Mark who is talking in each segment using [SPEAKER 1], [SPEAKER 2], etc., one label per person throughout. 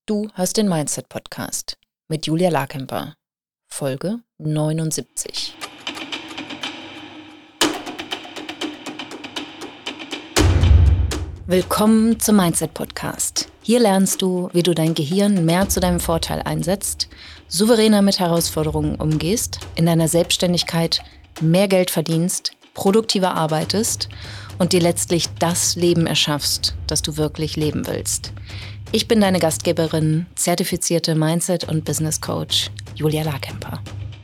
[SPEAKER 1] Du hörst den Mindset-Podcast mit Julia Larkemper, Folge 79. Willkommen zum Mindset-Podcast. Hier lernst du, wie du dein Gehirn mehr zu deinem Vorteil einsetzt, souveräner mit Herausforderungen umgehst, in deiner Selbstständigkeit mehr Geld verdienst, produktiver arbeitest und dir letztlich das Leben erschaffst, das du wirklich leben willst. Ich bin deine Gastgeberin, zertifizierte Mindset- und Business Coach Julia Larkemper.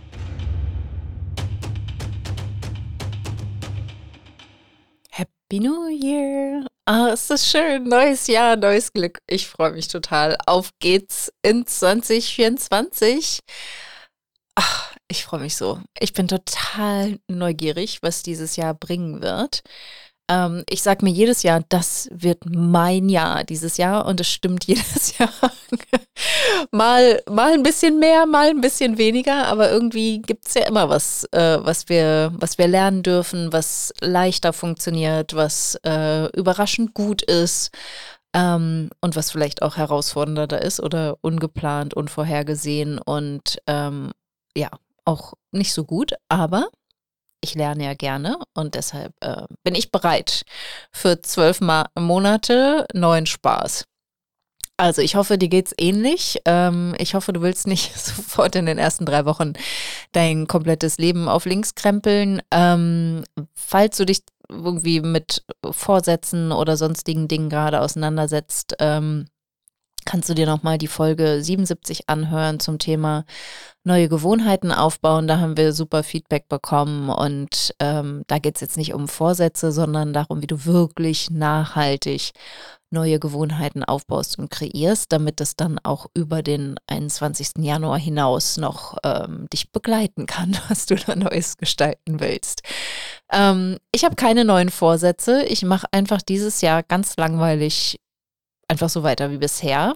[SPEAKER 1] Happy New Year! Es ist schön, neues Jahr, neues Glück. Ich freue mich total. Auf geht's in 2024. Ich freue mich so. Ich bin total neugierig, was dieses Jahr bringen wird. Ich sage mir jedes Jahr, das wird mein Jahr dieses Jahr, und es stimmt jedes Jahr. Mal ein bisschen mehr, mal ein bisschen weniger, aber irgendwie gibt es ja immer was, was wir lernen dürfen, was leichter funktioniert, was überraschend gut ist, und was vielleicht auch herausfordernder ist oder ungeplant, unvorhergesehen und ja, auch nicht so gut, aber ich lerne ja gerne und deshalb bin ich bereit für 12 Monate neuen Spaß. Also ich hoffe, dir geht's ähnlich. Ich hoffe, du willst nicht sofort in den ersten 3 Wochen dein komplettes Leben auf links krempeln. Falls du dich irgendwie mit Vorsätzen oder sonstigen Dingen gerade auseinandersetzt, kannst du dir nochmal die Folge 77 anhören zum Thema neue Gewohnheiten aufbauen. Da haben wir super Feedback bekommen und da geht es jetzt nicht um Vorsätze, sondern darum, wie du wirklich nachhaltig neue Gewohnheiten aufbaust und kreierst, damit es dann auch über den 21. Januar hinaus noch dich begleiten kann, was du da Neues gestalten willst. Ich habe keine neuen Vorsätze. Ich mache einfach dieses Jahr ganz langweilig einfach so weiter wie bisher.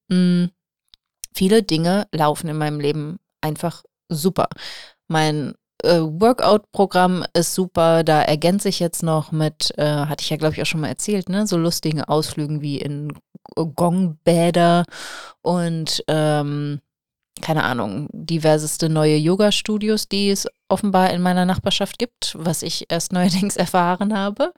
[SPEAKER 1] Viele Dinge laufen in meinem Leben einfach super. Mein Workout-Programm ist super, da ergänze ich jetzt noch mit, hatte ich ja glaube ich auch schon mal erzählt, ne, so lustigen Ausflügen wie in Gongbäder und keine Ahnung, diverseste neue Yoga-Studios, die es offenbar in meiner Nachbarschaft gibt, was ich erst neuerdings erfahren habe.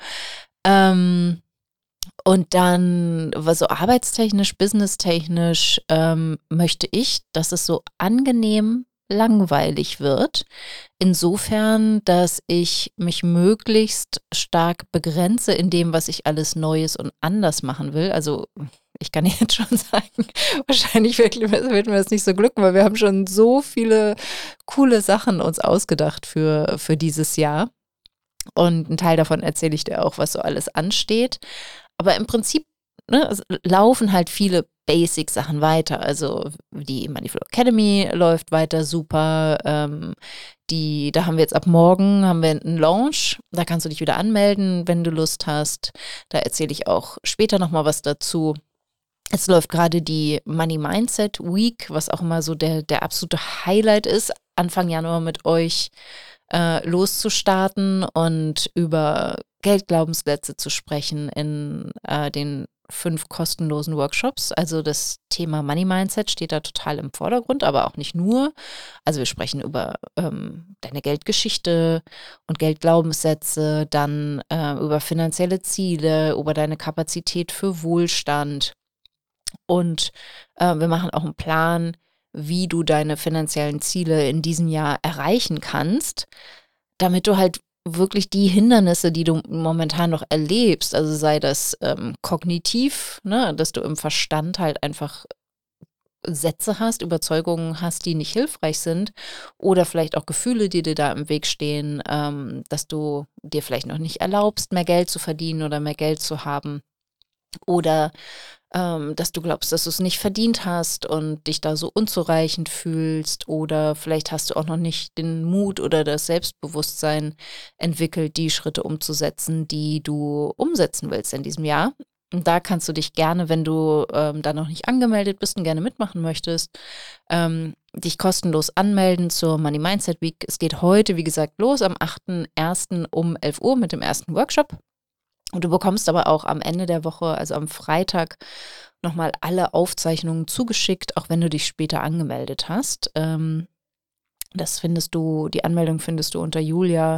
[SPEAKER 1] Und dann, so arbeitstechnisch, businesstechnisch, möchte ich, dass es so angenehm langweilig wird. Insofern, dass ich mich möglichst stark begrenze in dem, was ich alles Neues und anders machen will. Also ich kann jetzt schon sagen, wahrscheinlich wird mir das nicht so glücken, weil wir haben schon so viele coole Sachen uns ausgedacht für dieses Jahr. Und einen Teil davon erzähle ich dir auch, was so alles ansteht. Aber im Prinzip, ne, laufen halt viele Basic-Sachen weiter. Also die Moneyflow Academy läuft weiter super. Da haben wir jetzt ab morgen haben wir einen Launch. Da kannst du dich wieder anmelden, wenn du Lust hast. Da erzähle ich auch später nochmal was dazu. Es läuft gerade die Money Mindset Week, was auch immer so der absolute Highlight ist, Anfang Januar mit euch loszustarten und über Geldglaubenssätze zu sprechen in den 5 kostenlosen Workshops. Also das Thema Money Mindset steht da total im Vordergrund, aber auch nicht nur. Also wir sprechen über deine Geldgeschichte und Geldglaubenssätze, dann über finanzielle Ziele, über deine Kapazität für Wohlstand. Und wir machen auch einen Plan, wie du deine finanziellen Ziele in diesem Jahr erreichen kannst, damit du halt wirklich die Hindernisse, die du momentan noch erlebst, also sei das kognitiv, ne, dass du im Verstand halt einfach Sätze hast, Überzeugungen hast, die nicht hilfreich sind, oder vielleicht auch Gefühle, die dir da im Weg stehen, dass du dir vielleicht noch nicht erlaubst, mehr Geld zu verdienen oder mehr Geld zu haben. Oder dass du glaubst, dass du es nicht verdient hast und dich da so unzureichend fühlst, oder vielleicht hast du auch noch nicht den Mut oder das Selbstbewusstsein entwickelt, die Schritte umzusetzen, die du umsetzen willst in diesem Jahr. Und da kannst du dich gerne, wenn du da noch nicht angemeldet bist und gerne mitmachen möchtest, dich kostenlos anmelden zur Money Mindset Week. Es geht heute, wie gesagt, los am 8.1. um 11 Uhr mit dem ersten Workshop. Und du bekommst aber auch am Ende der Woche, also am Freitag, nochmal alle Aufzeichnungen zugeschickt, auch wenn du dich später angemeldet hast. Die Anmeldung findest du unter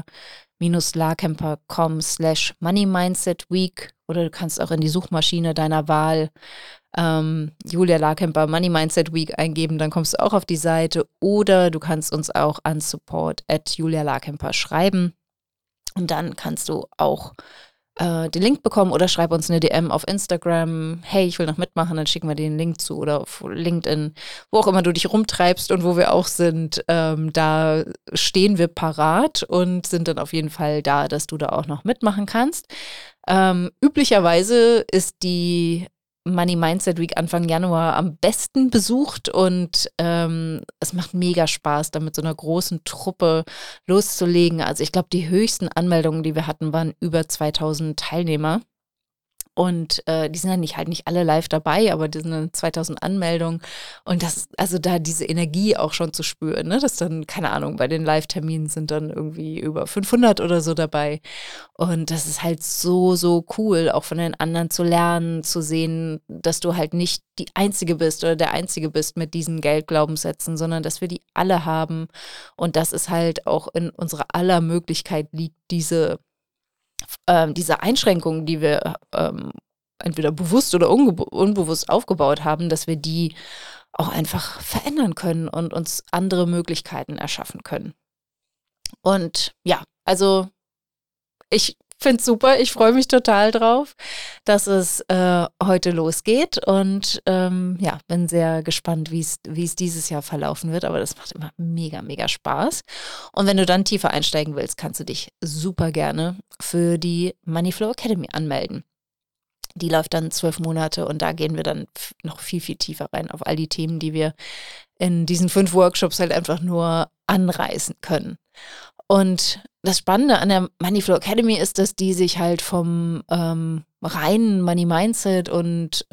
[SPEAKER 1] julia-larkemper.com/Money Mindset Week, oder du kannst auch in die Suchmaschine deiner Wahl Julia Larkemper Money Mindset Week eingeben, dann kommst du auch auf die Seite, oder du kannst uns auch an support@julialarkemper schreiben und dann kannst du auch den Link bekommen, oder schreib uns eine DM auf Instagram, hey, ich will noch mitmachen, dann schicken wir dir den Link zu, oder auf LinkedIn, wo auch immer du dich rumtreibst und wo wir auch sind, da stehen wir parat und sind dann auf jeden Fall da, dass du da auch noch mitmachen kannst. Üblicherweise ist die Money Mindset Week Anfang Januar am besten besucht, und es macht mega Spaß, da mit so einer großen Truppe loszulegen. Also ich glaube, die höchsten Anmeldungen, die wir hatten, waren über 2000 Teilnehmer. Und die sind dann halt nicht alle live dabei, aber das sind dann 2000 Anmeldungen. Und das, also da diese Energie auch schon zu spüren, ne? Das dann, keine Ahnung, bei den Live-Terminen sind dann irgendwie über 500 oder so dabei. Und das ist halt so, so cool, auch von den anderen zu lernen, zu sehen, dass du halt nicht die Einzige bist oder der Einzige bist mit diesen Geldglaubenssätzen, sondern dass wir die alle haben. Und das ist halt auch in unserer aller Möglichkeit liegt, diese Einschränkungen, die wir entweder bewusst oder unbewusst aufgebaut haben, dass wir die auch einfach verändern können und uns andere Möglichkeiten erschaffen können. Und ja, also ich finde es super, ich freue mich total drauf, dass es heute losgeht, und ja, bin sehr gespannt, wie es dieses Jahr verlaufen wird, aber das macht immer mega, mega Spaß. Und wenn du dann tiefer einsteigen willst, kannst du dich super gerne für die Moneyflow Academy anmelden. Die läuft dann 12 Monate, und da gehen wir dann noch viel, viel tiefer rein auf all die Themen, die wir in diesen 5 Workshops halt einfach nur anreißen können. Und das Spannende an der Moneyflow Academy ist, dass die sich halt vom reinen Money Mindset und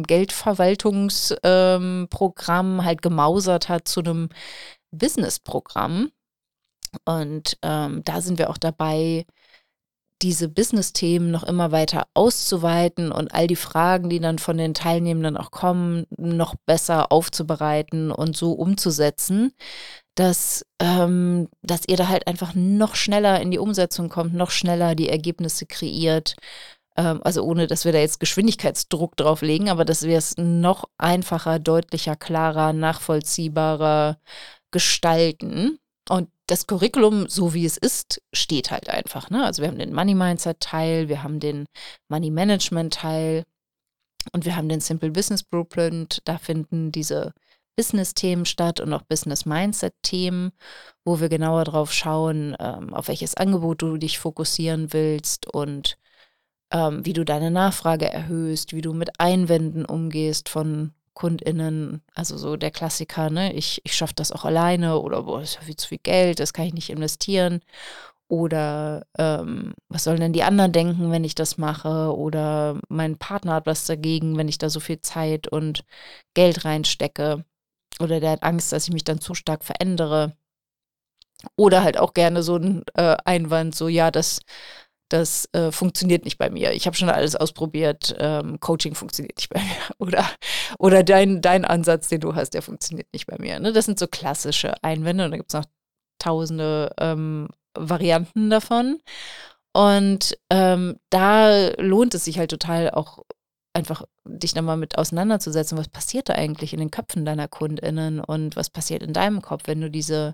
[SPEAKER 1] Geldverwaltungsprogramm halt gemausert hat zu einem Business-Programm. Und da sind wir auch dabei, diese Business-Themen noch immer weiter auszuweiten und all die Fragen, die dann von den Teilnehmenden auch kommen, noch besser aufzubereiten und so umzusetzen, dass ihr da halt einfach noch schneller in die Umsetzung kommt, noch schneller die Ergebnisse kreiert. Also ohne, dass wir da jetzt Geschwindigkeitsdruck drauf legen, aber dass wir es noch einfacher, deutlicher, klarer, nachvollziehbarer gestalten. Und das Curriculum, so wie es ist, steht halt einfach, ne? Also wir haben den Money Mindset Teil, wir haben den Money Management Teil und wir haben den Simple Business Blueprint. Da finden diese Business-Themen statt und auch Business-Mindset-Themen, wo wir genauer drauf schauen, auf welches Angebot du dich fokussieren willst und wie du deine Nachfrage erhöhst, wie du mit Einwänden umgehst von KundInnen, also so der Klassiker, ne, ich schaffe das auch alleine, oder boah, das ist ja viel zu viel Geld, das kann ich nicht investieren, oder was sollen denn die anderen denken, wenn ich das mache, oder mein Partner hat was dagegen, wenn ich da so viel Zeit und Geld reinstecke, oder der hat Angst, dass ich mich dann zu stark verändere, oder halt auch gerne so ein Einwand, so ja, das funktioniert nicht bei mir. Ich habe schon alles ausprobiert. Coaching funktioniert nicht bei mir. Oder dein Ansatz, den du hast, der funktioniert nicht bei mir. Ne? Das sind so klassische Einwände, und da gibt es noch tausende Varianten davon. Und da lohnt es sich halt total auch einfach, dich nochmal mit auseinanderzusetzen, was passiert da eigentlich in den Köpfen deiner KundInnen und was passiert in deinem Kopf, wenn du diese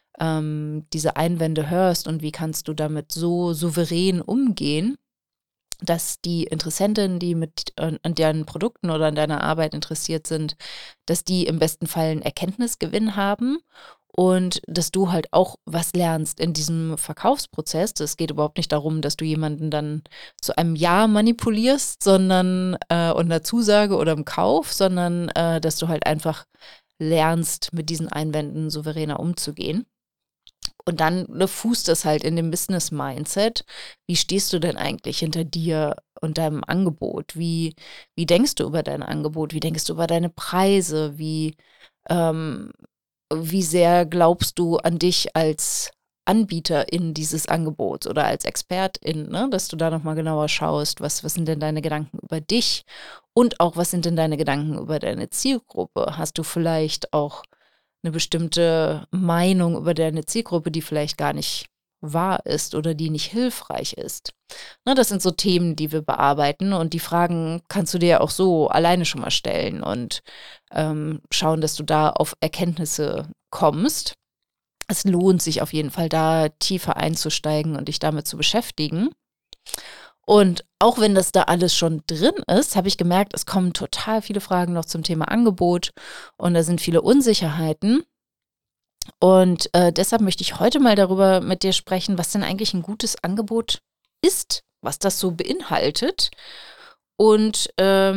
[SPEAKER 1] Einwände hörst, und wie kannst du damit so souverän umgehen, dass die Interessentinnen, die an deren Produkten oder an deiner Arbeit interessiert sind, dass die im besten Fall einen Erkenntnisgewinn haben und dass du halt auch was lernst in diesem Verkaufsprozess. Es geht überhaupt nicht darum, dass du jemanden dann zu einem Ja manipulierst, sondern und einer Zusage oder im Kauf, sondern dass du halt einfach lernst, mit diesen Einwänden souveräner umzugehen. Und dann fußt das halt in dem Business-Mindset. Wie stehst du denn eigentlich hinter dir und deinem Angebot? Wie denkst du über dein Angebot? Wie denkst du über deine Preise? Wie sehr glaubst du an dich als Anbieterin dieses Angebots oder als Expertin, ne, dass du da nochmal genauer schaust, was sind denn deine Gedanken über dich und auch, was sind denn deine Gedanken über deine Zielgruppe? Hast du vielleicht auch eine bestimmte Meinung über deine Zielgruppe, die vielleicht gar nicht wahr ist oder die nicht hilfreich ist? Ne, das sind so Themen, die wir bearbeiten, und die Fragen kannst du dir ja auch so alleine schon mal stellen und schauen, dass du da auf Erkenntnisse kommst. Es lohnt sich auf jeden Fall, da tiefer einzusteigen und dich damit zu beschäftigen. Und auch wenn das da alles schon drin ist, habe ich gemerkt, es kommen total viele Fragen noch zum Thema Angebot und da sind viele Unsicherheiten. Und deshalb möchte ich heute mal darüber mit dir sprechen, was denn eigentlich ein gutes Angebot ist, was das so beinhaltet und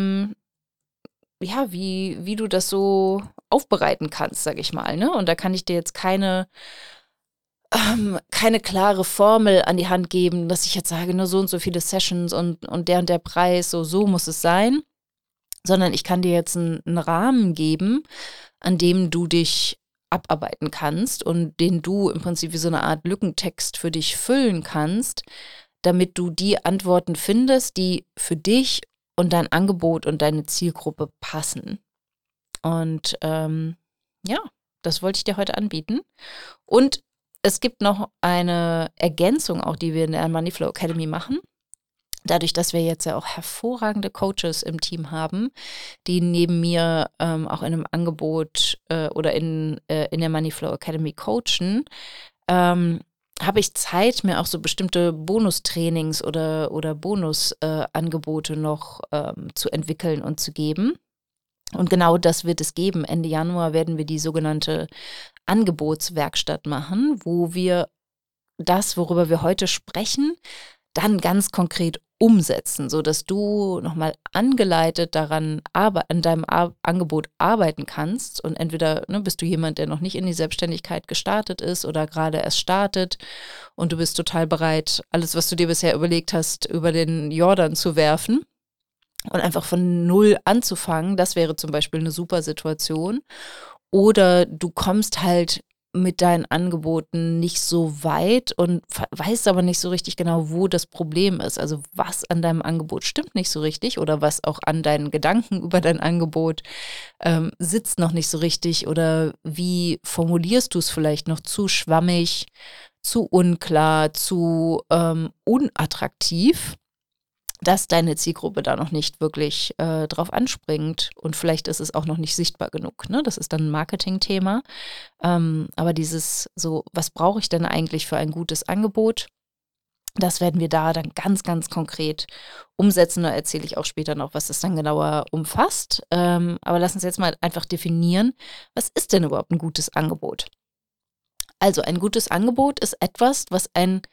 [SPEAKER 1] ja, wie du das so aufbereiten kannst, sage ich mal, ne? Und da kann ich dir jetzt keine klare Formel an die Hand geben, dass ich jetzt sage, nur so und so viele Sessions und der Preis, so muss es sein, sondern ich kann dir jetzt einen Rahmen geben, an dem du dich abarbeiten kannst und den du im Prinzip wie so eine Art Lückentext für dich füllen kannst, damit du die Antworten findest, die für dich und dein Angebot und deine Zielgruppe passen. Und ja, das wollte ich dir heute anbieten. Und es gibt noch eine Ergänzung auch, die wir in der Moneyflow Academy machen. Dadurch, dass wir jetzt ja auch hervorragende Coaches im Team haben, die neben mir auch in einem Angebot oder in der Moneyflow Academy coachen, habe ich Zeit, mir auch so bestimmte Bonustrainings oder Bonusangebote noch zu entwickeln und zu geben. Und genau das wird es geben. Ende Januar werden wir die sogenannte Angebotswerkstatt machen, wo wir das, worüber wir heute sprechen, dann ganz konkret umsetzen, sodass du nochmal angeleitet daran an deinem Angebot arbeiten kannst. Und entweder bist du jemand, der noch nicht in die Selbstständigkeit gestartet ist oder gerade erst startet und du bist total bereit, alles, was du dir bisher überlegt hast, über den Jordan zu werfen und einfach von null anzufangen. Das wäre zum Beispiel eine super Situation. Oder du kommst halt mit deinen Angeboten nicht so weit und weißt aber nicht so richtig genau, wo das Problem ist. Also was an deinem Angebot stimmt nicht so richtig oder was auch an deinen Gedanken über dein Angebot sitzt noch nicht so richtig, oder wie formulierst du es vielleicht noch zu schwammig, zu unklar, zu unattraktiv, dass deine Zielgruppe da noch nicht wirklich drauf anspringt, und vielleicht ist es auch noch nicht sichtbar genug. Ne? Das ist dann ein Marketing-Thema. Aber dieses so, was brauche ich denn eigentlich für ein gutes Angebot? Das werden wir da dann ganz, ganz konkret umsetzen. Da erzähle ich auch später noch, was das dann genauer umfasst. Aber lass uns jetzt mal einfach definieren, was ist denn überhaupt ein gutes Angebot? Also ein gutes Angebot ist etwas, was ein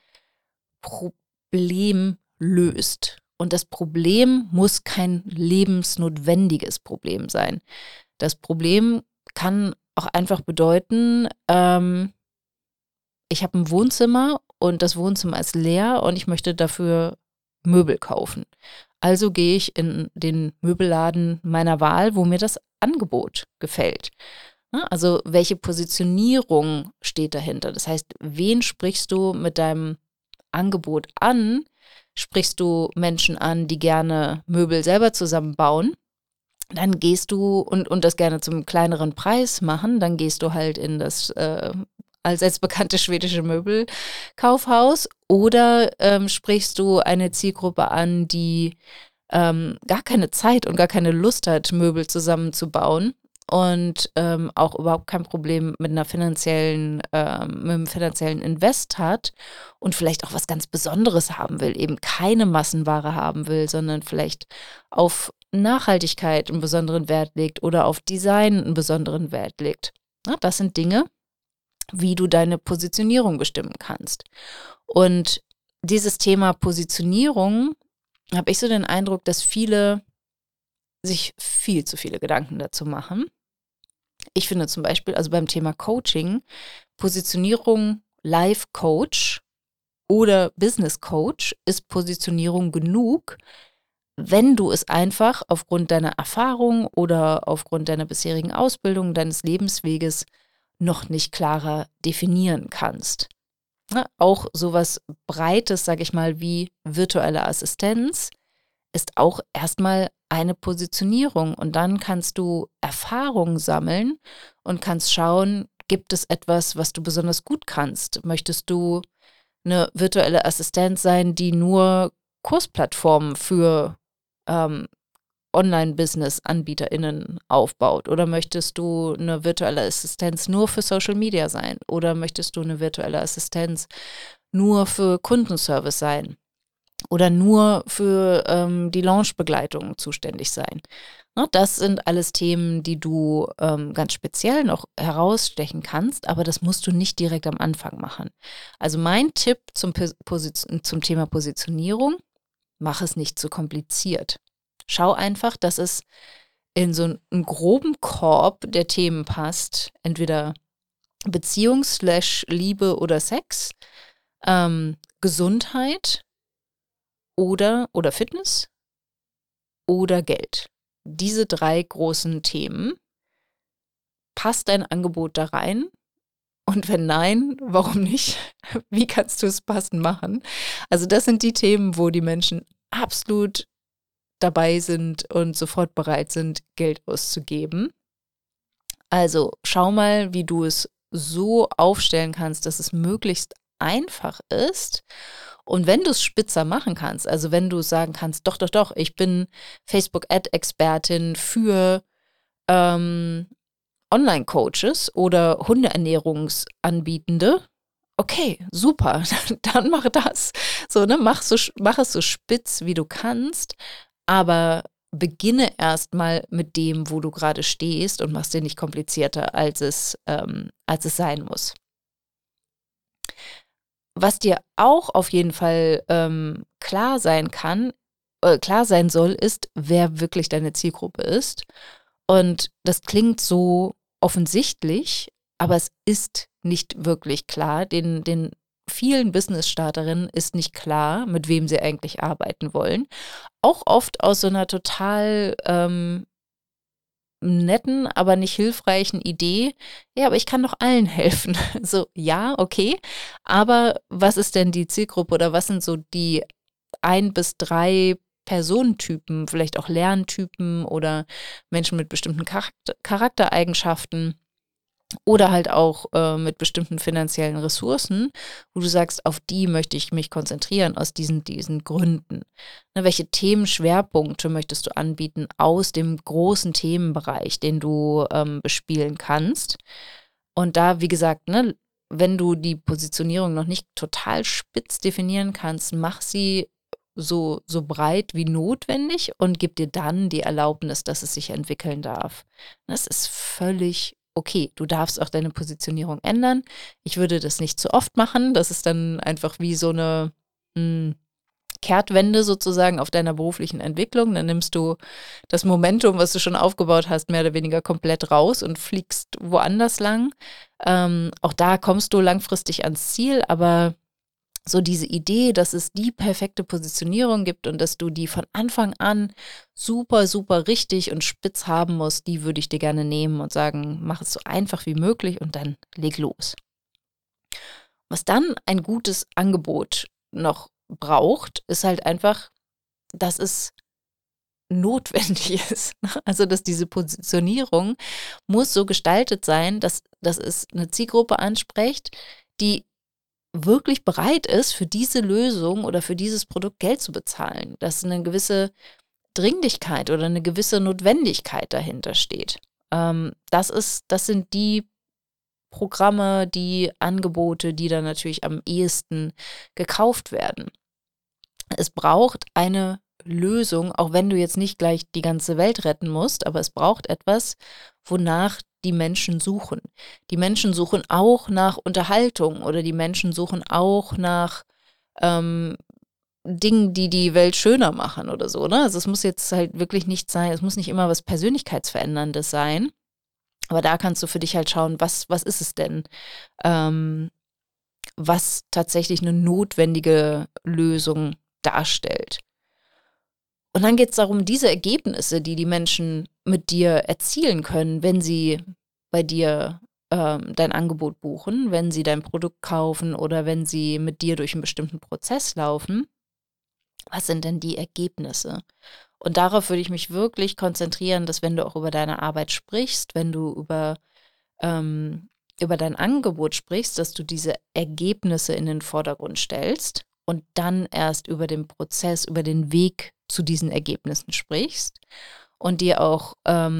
[SPEAKER 1] Problem löst. Und das Problem muss kein lebensnotwendiges Problem sein. Das Problem kann auch einfach bedeuten, ich habe ein Wohnzimmer und das Wohnzimmer ist leer und ich möchte dafür Möbel kaufen. Also gehe ich in den Möbelladen meiner Wahl, wo mir das Angebot gefällt. Also welche Positionierung steht dahinter? Das heißt, wen sprichst du mit deinem Angebot an? Sprichst du Menschen an, die gerne Möbel selber zusammenbauen, dann gehst du und das gerne zum kleineren Preis machen, dann gehst du halt in das allseits bekannte schwedische Möbelkaufhaus, oder sprichst du eine Zielgruppe an, die gar keine Zeit und gar keine Lust hat, Möbel zusammenzubauen und auch überhaupt kein Problem mit einem finanziellen Invest hat und vielleicht auch was ganz Besonderes haben will, eben keine Massenware haben will, sondern vielleicht auf Nachhaltigkeit einen besonderen Wert legt oder auf Design einen besonderen Wert legt. Ja, das sind Dinge, wie du deine Positionierung bestimmen kannst. Und dieses Thema Positionierung, habe ich so den Eindruck, dass viele sich viel zu viele Gedanken dazu machen. Ich finde zum Beispiel, also beim Thema Coaching, Positionierung Life Coach oder Business Coach ist Positionierung genug, wenn du es einfach aufgrund deiner Erfahrung oder aufgrund deiner bisherigen Ausbildung, deines Lebensweges noch nicht klarer definieren kannst. Ne? Auch sowas Breites, sage ich mal, wie virtuelle Assistenz ist auch erstmal eine Positionierung. Und dann kannst du Erfahrung sammeln und kannst schauen, gibt es etwas, was du besonders gut kannst? Möchtest du eine virtuelle Assistenz sein, die nur Kursplattformen für ähm, Online-Business-AnbieterInnen aufbaut? Oder möchtest du eine virtuelle Assistenz nur für Social Media sein? Oder möchtest du eine virtuelle Assistenz nur für Kundenservice sein? Oder nur für die Launchbegleitung zuständig sein? Ne, das sind alles Themen, die du ganz speziell noch herausstechen kannst, aber das musst du nicht direkt am Anfang machen. Also mein Tipp zum Thema Positionierung: Mach es nicht zu kompliziert. Schau einfach, dass es in so einen groben Korb der Themen passt, entweder Beziehung/Liebe oder Sex, Gesundheit oder Fitness oder Geld. Diese 3 großen Themen. Passt dein Angebot da rein? Und wenn nein, warum nicht? Wie kannst du es passend machen? Also das sind die Themen, wo die Menschen absolut dabei sind und sofort bereit sind, Geld auszugeben. Also schau mal, wie du es so aufstellen kannst, dass es möglichst einfach ist. Und wenn du es spitzer machen kannst, also wenn du sagen kannst, doch, ich bin Facebook-Ad-Expertin für Online-Coaches oder Hundeernährungsanbietende, okay, super, dann mach das. So, ne, mach es so spitz, wie du kannst, aber beginne erstmal mit dem, wo du gerade stehst, und mach's dir nicht komplizierter, als es sein muss. Was dir auch auf jeden Fall klar sein soll, ist, wer wirklich deine Zielgruppe ist. Und das klingt so offensichtlich, aber es ist nicht wirklich klar. Den vielen Business-Starterinnen ist nicht klar, mit wem sie eigentlich arbeiten wollen. Auch oft aus so einer total netten, aber nicht hilfreichen Idee: Ja, aber ich kann doch allen helfen. So, ja, okay, aber was ist denn die Zielgruppe oder was sind so die 1 bis 3 Personentypen, vielleicht auch Lerntypen oder Menschen mit bestimmten Charaktereigenschaften oder halt auch mit bestimmten finanziellen Ressourcen, wo du sagst, auf die möchte ich mich konzentrieren aus diesen Gründen. Ne, welche Themenschwerpunkte möchtest du anbieten aus dem großen Themenbereich, den du bespielen kannst? Und da, wie gesagt, ne, wenn du die Positionierung noch nicht total spitz definieren kannst, mach sie so breit wie notwendig und gib dir dann die Erlaubnis, dass es sich entwickeln darf. Das ist völlig okay. Du darfst auch deine Positionierung ändern. Ich würde das nicht zu oft machen. Das ist dann einfach wie so eine Kehrtwende sozusagen auf deiner beruflichen Entwicklung. Dann nimmst du das Momentum, was du schon aufgebaut hast, mehr oder weniger komplett raus und fliegst woanders lang. Auch da kommst du langfristig ans Ziel, aber so diese Idee, dass es die perfekte Positionierung gibt und dass du die von Anfang an super, super richtig und spitz haben musst, die würde ich dir gerne nehmen und sagen, mach es so einfach wie möglich und dann leg los. Was dann ein gutes Angebot noch braucht, ist halt einfach, dass es notwendig ist. Also, dass diese Positionierung muss so gestaltet sein, dass es eine Zielgruppe anspricht, die wirklich bereit ist, für diese Lösung oder für dieses Produkt Geld zu bezahlen, dass eine gewisse Dringlichkeit oder eine gewisse Notwendigkeit dahinter steht. Das sind die Programme, die Angebote, die dann natürlich am ehesten gekauft werden. Es braucht eine Lösung, auch wenn du jetzt nicht gleich die ganze Welt retten musst, aber es braucht etwas, wonach die Menschen suchen. Die Menschen suchen auch nach Unterhaltung oder die Menschen suchen auch nach Dingen, die die Welt schöner machen oder so. Ne? Also es muss jetzt halt wirklich nicht sein, es muss nicht immer was Persönlichkeitsveränderndes sein, aber da kannst du für dich halt schauen, was ist es denn, was tatsächlich eine notwendige Lösung darstellt. Und dann geht es darum, diese Ergebnisse, die die Menschen mit dir erzielen können, wenn sie bei dir dein Angebot buchen, wenn sie dein Produkt kaufen oder wenn sie mit dir durch einen bestimmten Prozess laufen, was sind denn die Ergebnisse? Und darauf würde ich mich wirklich konzentrieren, dass wenn du auch über deine Arbeit sprichst, wenn du über dein Angebot sprichst, dass du diese Ergebnisse in den Vordergrund stellst und dann erst über den Prozess, über den Weg zu diesen Ergebnissen sprichst und dir auch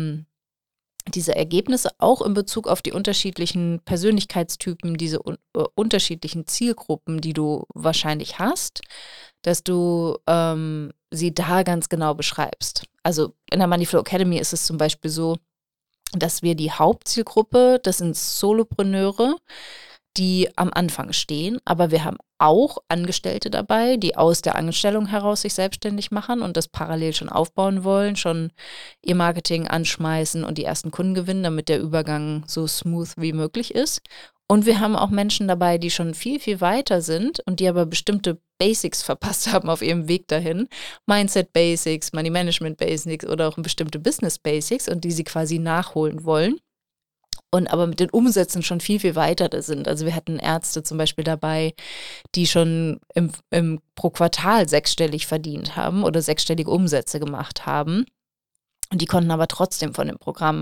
[SPEAKER 1] diese Ergebnisse auch in Bezug auf die unterschiedlichen Persönlichkeitstypen, diese unterschiedlichen Zielgruppen, die du wahrscheinlich hast, dass du sie da ganz genau beschreibst. Also in der Moneyflow Academy ist es zum Beispiel so, dass wir die Hauptzielgruppe, das sind Solopreneure, die am Anfang stehen, aber wir haben auch Angestellte dabei, die aus der Anstellung heraus sich selbstständig machen und das parallel schon aufbauen wollen, schon ihr Marketing anschmeißen und die ersten Kunden gewinnen, damit der Übergang so smooth wie möglich ist. Und wir haben auch Menschen dabei, die schon viel, viel weiter sind und die aber bestimmte Basics verpasst haben auf ihrem Weg dahin. Mindset Basics, Money Management Basics oder auch bestimmte Business Basics und die sie quasi nachholen wollen. Und aber mit den Umsätzen schon viel, viel weiter da sind. Also wir hatten Ärzte zum Beispiel dabei, die schon pro Quartal sechsstellig verdient haben oder sechsstellige Umsätze gemacht haben. Und die konnten aber trotzdem von dem Programm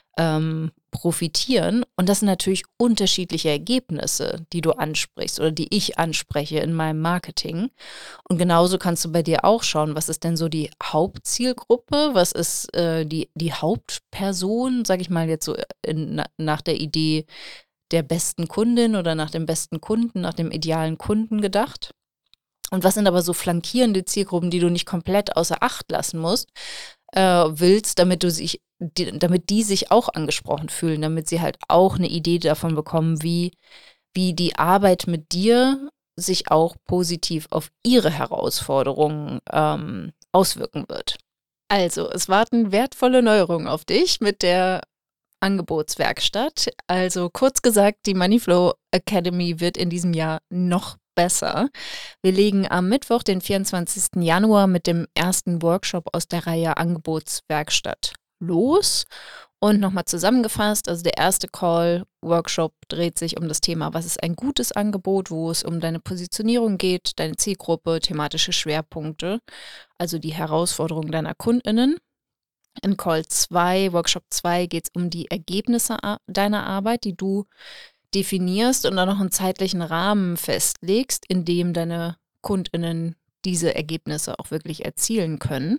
[SPEAKER 1] profitieren. Und das sind natürlich unterschiedliche Ergebnisse, die du ansprichst oder die ich anspreche in meinem Marketing. Und genauso kannst du bei dir auch schauen, was ist denn so die Hauptzielgruppe, was ist die Hauptperson, sage ich mal jetzt so nach der Idee der besten Kundin oder nach dem besten Kunden, nach dem idealen Kunden gedacht. Und was sind aber so flankierende Zielgruppen, die du nicht komplett außer Acht lassen willst, damit die sich auch angesprochen fühlen, damit sie halt auch eine Idee davon bekommen, wie die Arbeit mit dir sich auch positiv auf ihre Herausforderungen auswirken wird. Also, es warten wertvolle Neuerungen auf dich mit der Angebotswerkstatt. Also kurz gesagt, die Moneyflow Academy wird in diesem Jahr noch besser. Wir legen am Mittwoch, den 24. Januar, mit dem ersten Workshop aus der Reihe Angebotswerkstatt los. Und nochmal zusammengefasst, also der erste Call-Workshop dreht sich um das Thema, was ist ein gutes Angebot, wo es um deine Positionierung geht, deine Zielgruppe, thematische Schwerpunkte, also die Herausforderungen deiner KundInnen. In Call 2, Workshop 2, geht es um die Ergebnisse deiner Arbeit, die du definierst und dann noch einen zeitlichen Rahmen festlegst, in dem deine KundInnen diese Ergebnisse auch wirklich erzielen können.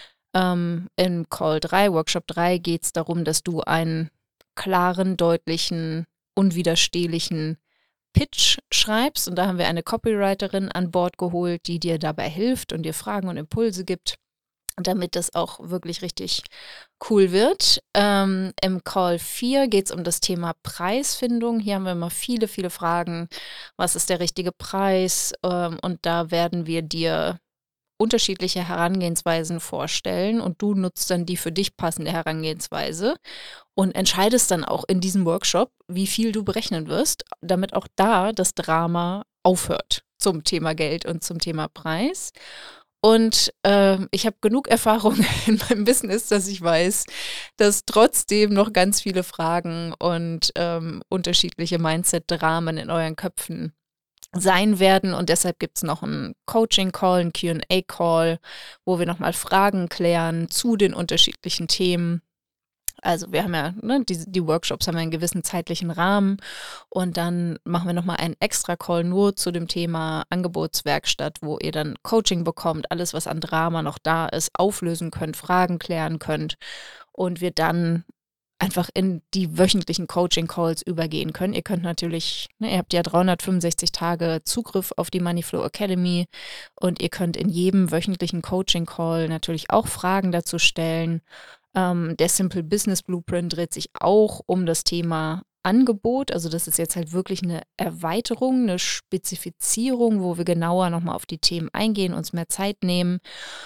[SPEAKER 1] In Call 3, Workshop 3, geht es darum, dass du einen klaren, deutlichen, unwiderstehlichen Pitch schreibst. Und da haben wir eine Copywriterin an Bord geholt, die dir dabei hilft und dir Fragen und Impulse gibt, damit das auch wirklich richtig cool wird. Im Call 4 geht es um das Thema Preisfindung. Hier haben wir immer viele, viele Fragen. Was ist der richtige Preis? Und da werden wir dir unterschiedliche Herangehensweisen vorstellen und du nutzt dann die für dich passende Herangehensweise und entscheidest dann auch in diesem Workshop, wie viel du berechnen wirst, damit auch da das Drama aufhört zum Thema Geld und zum Thema Preis. Und ich habe genug Erfahrung in meinem Business, dass ich weiß, dass trotzdem noch ganz viele Fragen und unterschiedliche Mindset-Dramen in euren Köpfen sein werden. Und deshalb gibt es noch einen Coaching-Call, einen Q&A-Call, wo wir nochmal Fragen klären zu den unterschiedlichen Themen. Also wir haben ja, die Workshops haben ja einen gewissen zeitlichen Rahmen und dann machen wir nochmal einen extra Call nur zu dem Thema Angebotswerkstatt, wo ihr dann Coaching bekommt, alles was an Drama noch da ist, auflösen könnt, Fragen klären könnt und wir dann einfach in die wöchentlichen Coaching-Calls übergehen können. Ihr könnt natürlich, ihr habt ja 365 Tage Zugriff auf die Moneyflow Academy und ihr könnt in jedem wöchentlichen Coaching-Call natürlich auch Fragen dazu stellen. Der Simple Business Blueprint dreht sich auch um das Thema Angebot. Also das ist jetzt halt wirklich eine Erweiterung, eine Spezifizierung, wo wir genauer nochmal auf die Themen eingehen, uns mehr Zeit nehmen.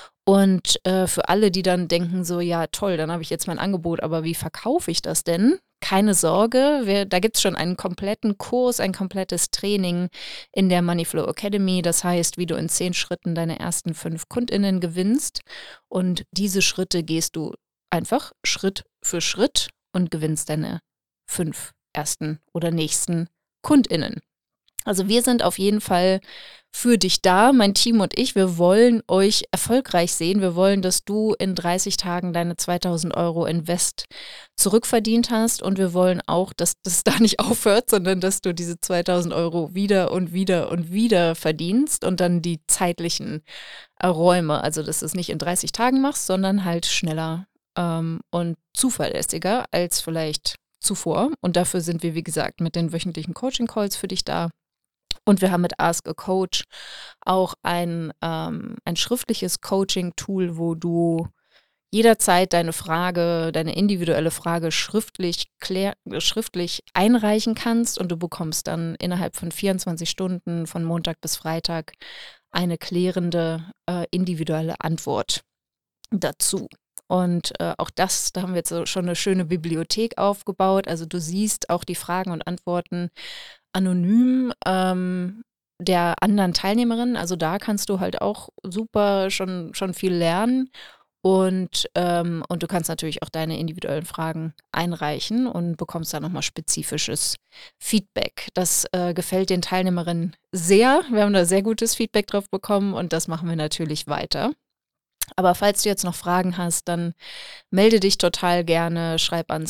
[SPEAKER 1] Und für alle, die dann denken so, ja toll, dann habe ich jetzt mein Angebot, aber wie verkaufe ich das denn? Keine Sorge, da gibt es schon einen kompletten Kurs, ein komplettes Training in der Moneyflow Academy. Das heißt, wie du in 10 Schritten deine ersten 5 KundInnen gewinnst. Und diese Schritte gehst du einfach Schritt für Schritt und gewinnst deine 5 ersten oder nächsten KundInnen. Also wir sind auf jeden Fall für dich da, mein Team und ich. Wir wollen euch erfolgreich sehen. Wir wollen, dass du in 30 Tagen deine 2.000 Euro Invest zurückverdient hast. Und wir wollen auch, dass das da nicht aufhört, sondern dass du diese 2.000 Euro wieder und wieder und wieder verdienst und dann die zeitlichen Räume, also dass du es nicht in 30 Tagen machst, sondern halt schneller und zuverlässiger als vielleicht zuvor. Und dafür sind wir, wie gesagt, mit den wöchentlichen Coaching-Calls für dich da. Und wir haben mit Ask a Coach auch ein schriftliches Coaching-Tool, wo du jederzeit deine individuelle Frage schriftlich einreichen kannst und du bekommst dann innerhalb von 24 Stunden von Montag bis Freitag eine klärende individuelle Antwort dazu. Und auch da haben wir jetzt so schon eine schöne Bibliothek aufgebaut. Also du siehst auch die Fragen und Antworten anonym der anderen Teilnehmerinnen. Also da kannst du halt auch super schon viel lernen. Und du kannst natürlich auch deine individuellen Fragen einreichen und bekommst dann nochmal spezifisches Feedback. Das gefällt den Teilnehmerinnen sehr. Wir haben da sehr gutes Feedback drauf bekommen und das machen wir natürlich weiter. Aber falls du jetzt noch Fragen hast, dann melde dich total gerne, schreib an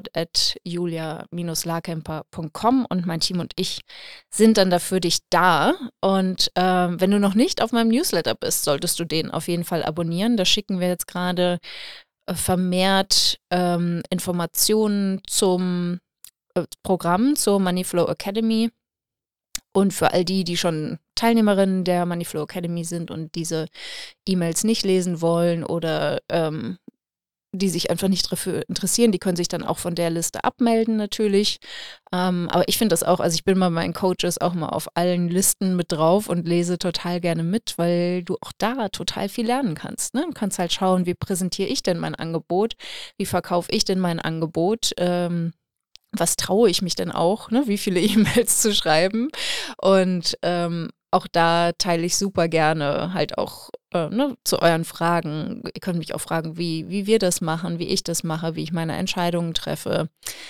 [SPEAKER 1] support@julia-larkemper.com und mein Team und ich sind dann da für dich da. Und wenn du noch nicht auf meinem Newsletter bist, solltest du den auf jeden Fall abonnieren. Da schicken wir jetzt gerade vermehrt Informationen zum Programm, zur Moneyflow Academy. Und für all die schon Teilnehmerinnen der Moneyflow Academy sind und diese E-Mails nicht lesen wollen oder die sich einfach nicht dafür interessieren, die können sich dann auch von der Liste abmelden natürlich. Aber ich finde das auch, also ich bin bei meinen Coaches auch mal auf allen Listen mit drauf und lese total gerne mit, weil du auch da total viel lernen kannst. Ne? Du kannst halt schauen, wie präsentiere ich denn mein Angebot, wie verkaufe ich denn mein Angebot, was traue ich mich denn auch, ne? Wie viele E-Mails zu schreiben. Und auch da teile ich super gerne halt auch zu euren Fragen. Ihr könnt mich auch fragen, wie wir das machen, wie ich das mache, wie ich meine Entscheidungen treffe,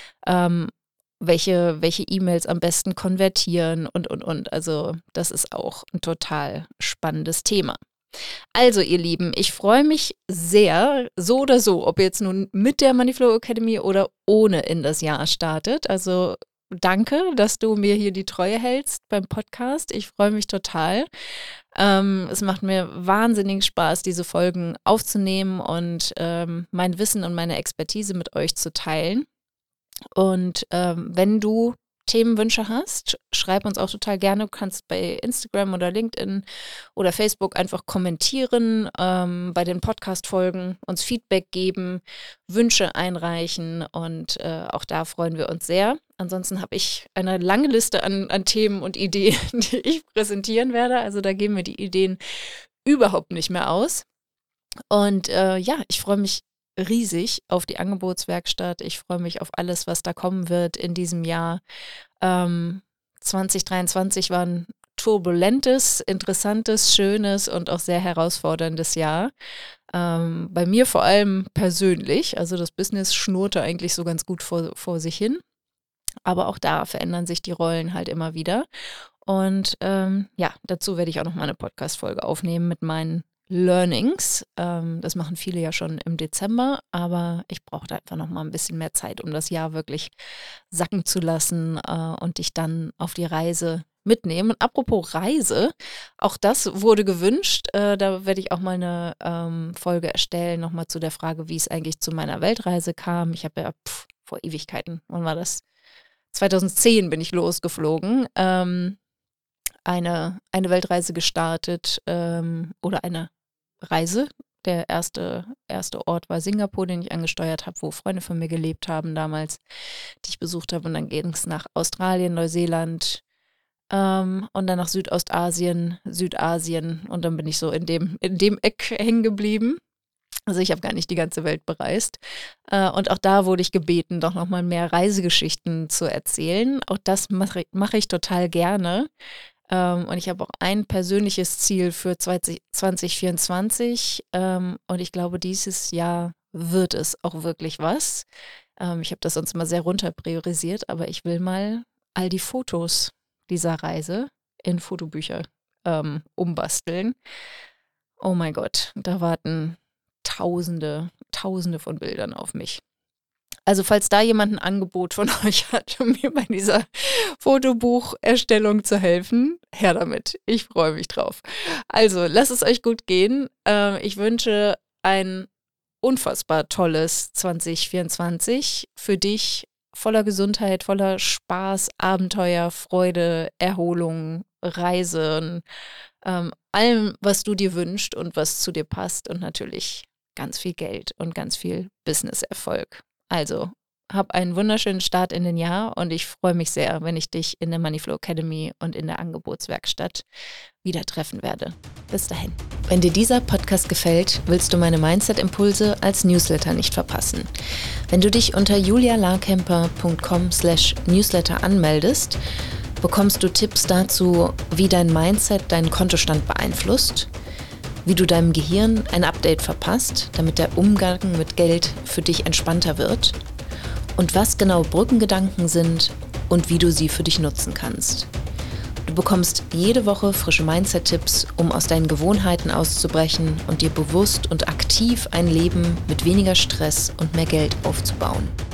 [SPEAKER 1] welche E-Mails am besten konvertieren und. Also das ist auch ein total spannendes Thema. Also ihr Lieben, ich freue mich sehr, so oder so, ob ihr jetzt nun mit der Moneyflow Academy oder ohne in das Jahr startet. Also danke, dass du mir hier die Treue hältst beim Podcast. Ich freue mich total. Es macht mir wahnsinnig Spaß, diese Folgen aufzunehmen und mein Wissen und meine Expertise mit euch zu teilen. Und wenn du Themenwünsche hast, schreib uns auch total gerne. Du kannst bei Instagram oder LinkedIn oder Facebook einfach kommentieren, bei den Podcast-Folgen uns Feedback geben, Wünsche einreichen und auch da freuen wir uns sehr. Ansonsten habe ich eine lange Liste an Themen und Ideen, die ich präsentieren werde. Also da gehen mir die Ideen überhaupt nicht mehr aus. Und ich freue mich riesig auf die Angebotswerkstatt. Ich freue mich auf alles, was da kommen wird in diesem Jahr. 2023 war ein turbulentes, interessantes, schönes und auch sehr herausforderndes Jahr. Bei mir vor allem persönlich. Also das Business schnurrte eigentlich so ganz gut vor sich hin. Aber auch da verändern sich die Rollen halt immer wieder. Und dazu werde ich auch noch mal eine Podcast-Folge aufnehmen mit meinen Learnings. Das machen viele ja schon im Dezember, aber ich brauche da einfach noch mal ein bisschen mehr Zeit, um das Jahr wirklich sacken zu lassen und dich dann auf die Reise mitnehmen. Und apropos Reise, auch das wurde gewünscht. Da werde ich auch mal eine Folge erstellen, nochmal zu der Frage, wie es eigentlich zu meiner Weltreise kam. Ich habe ja vor Ewigkeiten, wann war das? 2010 bin ich losgeflogen. Eine Weltreise gestartet oder eine Reise. Der erste Ort war Singapur, den ich angesteuert habe, wo Freunde von mir gelebt haben damals, die ich besucht habe. Und dann ging es nach Australien, Neuseeland und dann nach Südostasien, Südasien. Und dann bin ich so in dem Eck hängen geblieben. Also ich habe gar nicht die ganze Welt bereist. Und auch da wurde ich gebeten, doch nochmal mehr Reisegeschichten zu erzählen. Auch das mache ich total gerne. Und ich habe auch ein persönliches Ziel für 2024. Und ich glaube, dieses Jahr wird es auch wirklich was. Ich habe das sonst immer sehr runter priorisiert, aber ich will mal all die Fotos dieser Reise in Fotobücher umbasteln. Oh mein Gott, da warten Tausende von Bildern auf mich. Also falls da jemand ein Angebot von euch hat, um mir bei dieser Fotobucherstellung zu helfen, her damit. Ich freue mich drauf. Also lasst es euch gut gehen. Ich wünsche ein unfassbar tolles 2024 für dich, voller Gesundheit, voller Spaß, Abenteuer, Freude, Erholung, Reisen, allem, was du dir wünschst und was zu dir passt und natürlich ganz viel Geld und ganz viel Business-Erfolg. Also, hab einen wunderschönen Start in den Jahr und ich freue mich sehr, wenn ich dich in der Moneyflow Academy und in der Angebotswerkstatt wieder treffen werde. Bis dahin. Wenn dir dieser Podcast gefällt, willst du meine Mindset-Impulse als Newsletter nicht verpassen. Wenn du dich unter julialarkemper.com/newsletter anmeldest, bekommst du Tipps dazu, wie dein Mindset deinen Kontostand beeinflusst, wie du deinem Gehirn ein Update verpasst, damit der Umgang mit Geld für dich entspannter wird und was genau Brückengedanken sind und wie du sie für dich nutzen kannst. Du bekommst jede Woche frische Mindset-Tipps, um aus deinen Gewohnheiten auszubrechen und dir bewusst und aktiv ein Leben mit weniger Stress und mehr Geld aufzubauen.